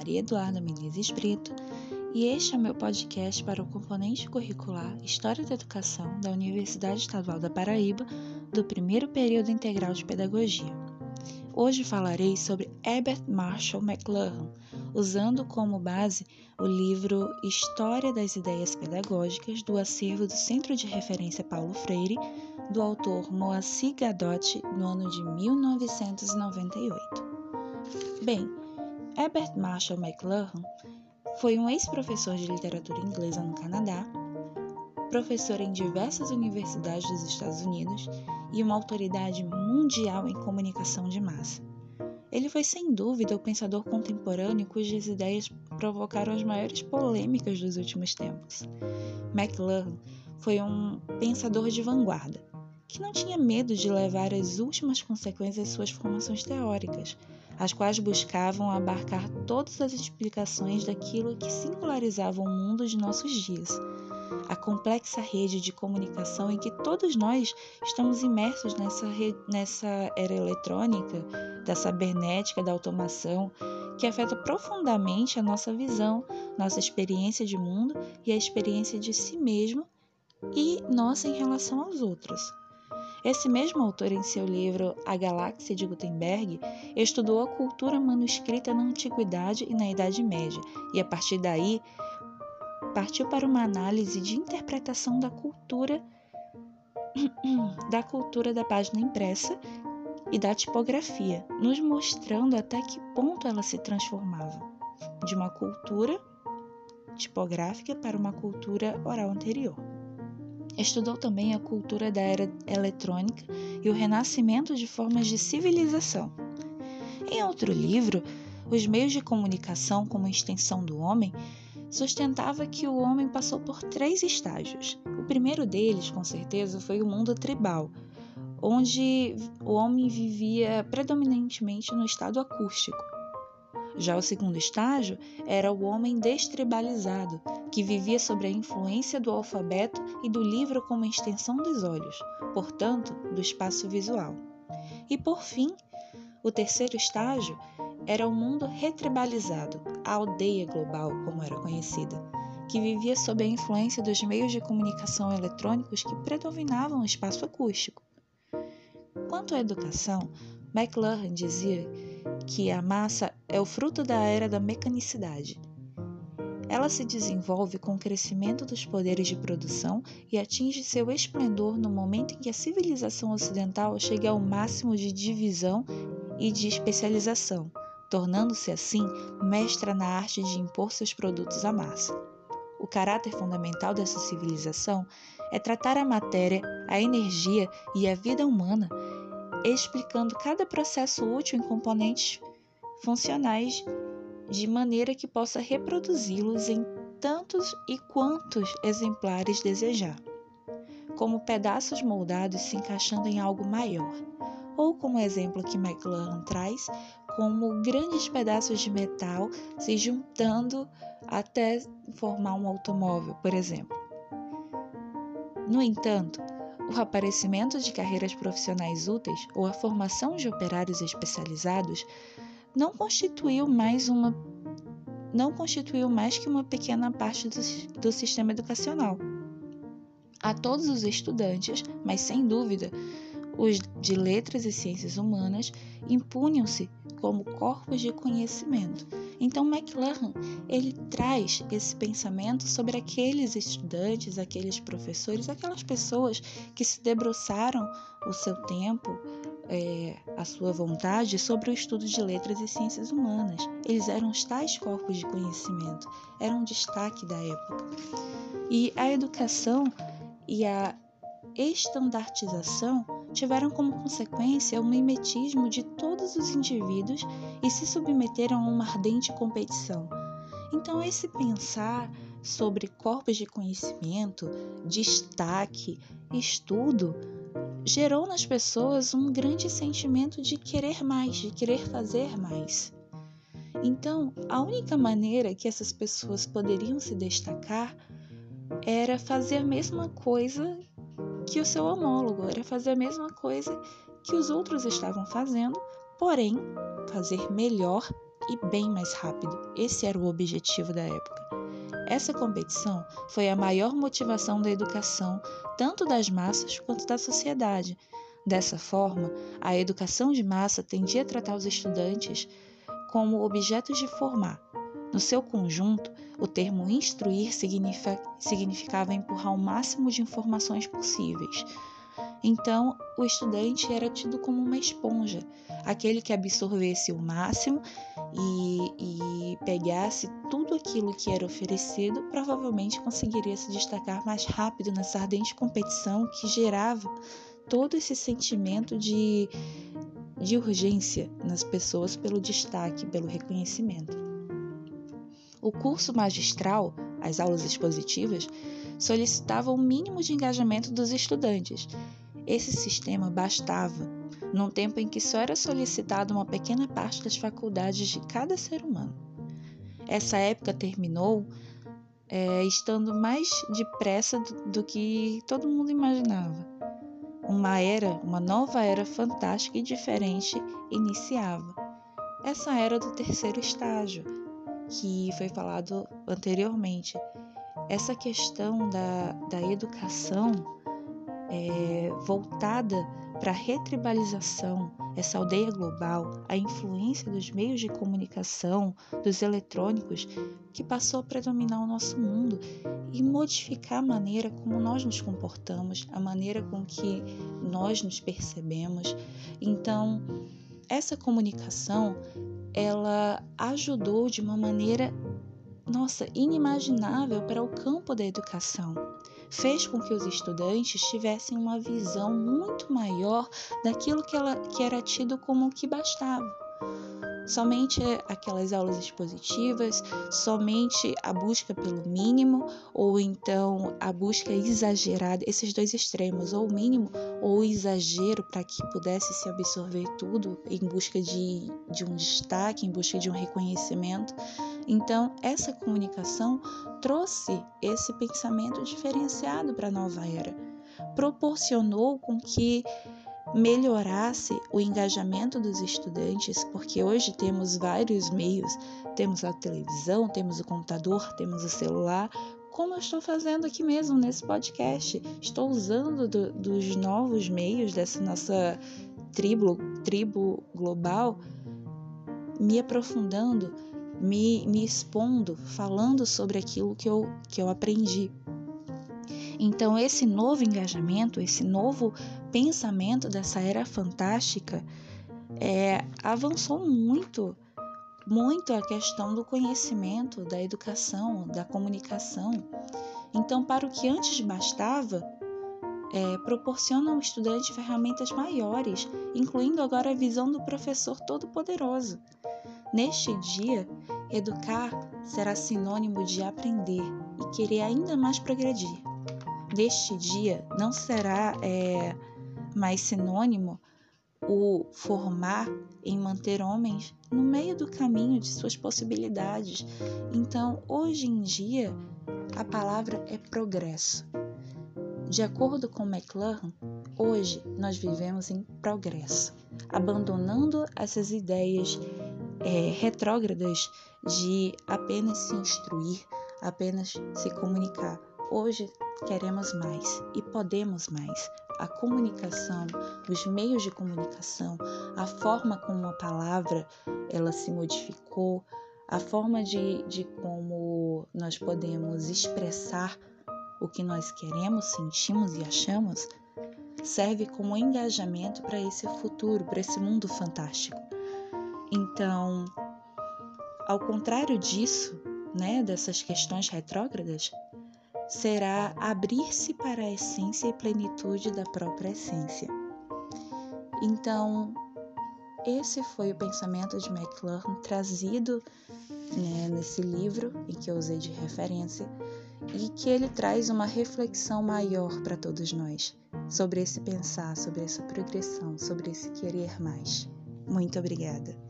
Maria Eduarda Menezes Brito e este é o meu podcast para o componente curricular História da Educação da Universidade Estadual da Paraíba, do primeiro período integral de Pedagogia. Hoje falarei sobre Herbert Marshall McLuhan, usando como base o livro História das Ideias Pedagógicas do acervo do Centro de Referência Paulo Freire, do autor Moacir Gadotti, no ano de 1998. Bem, Herbert Marshall McLuhan foi um ex-professor de literatura inglesa no Canadá, professor em diversas universidades dos Estados Unidos e uma autoridade mundial em comunicação de massa. Ele foi sem dúvida o pensador contemporâneo cujas ideias provocaram as maiores polêmicas dos últimos tempos. McLuhan foi um pensador de vanguarda, que não tinha medo de levar às últimas consequências suas formações teóricas, as quais buscavam abarcar todas as explicações daquilo que singularizava o mundo de nossos dias, a complexa rede de comunicação em que todos nós estamos imersos nessa era eletrônica, da cibernética, da automação, que afeta profundamente a nossa visão, nossa experiência de mundo e a experiência de si mesmo e nossa em relação aos outros. Esse mesmo autor, em seu livro A Galáxia de Gutenberg, estudou a cultura manuscrita na Antiguidade e na Idade Média, e a partir daí partiu para uma análise de interpretação da cultura da página impressa e da tipografia, nos mostrando até que ponto ela se transformava de uma cultura tipográfica para uma cultura oral anterior. Estudou também a cultura da era eletrônica e o renascimento de formas de civilização. Em outro livro, Os Meios de Comunicação como Extensão do Homem, sustentava que o homem passou por 3 estágios. O primeiro deles, com certeza, foi o mundo tribal, onde o homem vivia predominantemente no estado acústico. Já o segundo estágio era o homem destribalizado, que vivia sob a influência do alfabeto e do livro como extensão dos olhos, portanto, do espaço visual. E, por fim, o terceiro estágio era o mundo retribalizado, a aldeia global, como era conhecida, que vivia sob a influência dos meios de comunicação eletrônicos que predominavam o espaço acústico. Quanto à educação, McLuhan dizia que a massa é o fruto da era da mecanicidade. Ela se desenvolve com o crescimento dos poderes de produção e atinge seu esplendor no momento em que a civilização ocidental chega ao máximo de divisão e de especialização, tornando-se assim mestra na arte de impor seus produtos à massa. O caráter fundamental dessa civilização é tratar a matéria, a energia e a vida humana, explicando cada processo útil em componentes funcionais de maneira que possa reproduzi-los em tantos e quantos exemplares desejar, como pedaços moldados se encaixando em algo maior, ou como exemplo que McLuhan traz, como grandes pedaços de metal se juntando até formar um automóvel, por exemplo. No entanto, o aparecimento de carreiras profissionais úteis ou a formação de operários especializados não constituiu mais que uma pequena parte do sistema educacional. A todos os estudantes, mas sem dúvida, os de letras e ciências humanas impunham-se como corpos de conhecimento. Então, McLuhan, ele traz esse pensamento sobre aqueles estudantes, aqueles professores, aquelas pessoas que se debruçaram o seu tempo, a sua vontade sobre o estudo de letras e ciências humanas. Eles eram os tais corpos de conhecimento, eram um destaque da época. E a educação e a estandartização tiveram como consequência o mimetismo de todos os indivíduos e se submeteram a uma ardente competição. Então, esse pensar sobre corpos de conhecimento, destaque, estudo, gerou nas pessoas um grande sentimento de querer mais, de querer fazer mais. Então, a única maneira que essas pessoas poderiam se destacar era fazer a mesma coisa que o seu homólogo, era fazer a mesma coisa que os outros estavam fazendo, porém, fazer melhor e bem mais rápido. Esse era o objetivo da época. Essa competição foi a maior motivação da educação, tanto das massas quanto da sociedade. Dessa forma, a educação de massa tendia a tratar os estudantes como objetos de formar. No seu conjunto, o termo instruir significava empurrar o máximo de informações possíveis. Então, o estudante era tido como uma esponja, aquele que absorvesse o máximo e pegasse tudo aquilo que era oferecido, provavelmente conseguiria se destacar mais rápido nessa ardente competição que gerava todo esse sentimento de urgência nas pessoas pelo destaque, pelo reconhecimento. O curso magistral, as aulas expositivas, solicitava o mínimo de engajamento dos estudantes. Esse sistema bastava, num tempo em que só era solicitada uma pequena parte das faculdades de cada ser humano. Essa época terminou estando mais depressa do que todo mundo imaginava. Uma nova era fantástica e diferente iniciava. Essa era do terceiro estágio, que foi falado anteriormente. Essa questão da educação voltada para a retribalização, essa aldeia global, a influência dos meios de comunicação, dos eletrônicos, que passou a predominar o nosso mundo e modificar a maneira como nós nos comportamos, a maneira com que nós nos percebemos. Então, essa comunicação, ela ajudou de uma maneira, inimaginável para o campo da educação. Fez com que os estudantes tivessem uma visão muito maior daquilo que era tido como o que bastava. Somente aquelas aulas expositivas, somente a busca pelo mínimo, ou então a busca exagerada, esses dois extremos, ou o mínimo ou o exagero para que pudesse se absorver tudo em busca de um destaque, em busca de um reconhecimento. Então, essa comunicação trouxe esse pensamento diferenciado para a nova era, proporcionou com que melhorasse o engajamento dos estudantes, porque hoje temos vários meios, temos a televisão, temos o computador, temos o celular, como eu estou fazendo aqui mesmo nesse podcast. Estou usando dos novos meios dessa nossa tribo global, me aprofundando, me expondo, falando sobre aquilo que eu aprendi. Então, esse novo engajamento, esse novo pensamento dessa era fantástica avançou muito a questão do conhecimento, da educação, da comunicação. Então, para o que antes bastava, proporciona ao estudante ferramentas maiores, incluindo agora a visão do professor todo-poderoso. Neste dia, educar será sinônimo de aprender e querer ainda mais progredir. Neste dia, não será mais sinônimo o formar em manter homens no meio do caminho de suas possibilidades. Então, hoje em dia, a palavra é progresso. De acordo com McLuhan, hoje nós vivemos em progresso, abandonando essas ideias retrógradas de apenas se instruir, apenas se comunicar. Hoje queremos mais e podemos mais. A comunicação, os meios de comunicação, a forma como a palavra ela se modificou, a forma de como nós podemos expressar o que nós queremos, sentimos e achamos, serve como engajamento para esse futuro, para esse mundo fantástico. Então, ao contrário disso, dessas questões retrógradas, será abrir-se para a essência e plenitude da própria essência. Então, esse foi o pensamento de McLuhan trazido nesse livro em que eu usei de referência e que ele traz uma reflexão maior para todos nós sobre esse pensar, sobre essa progressão, sobre esse querer mais. Muito obrigada.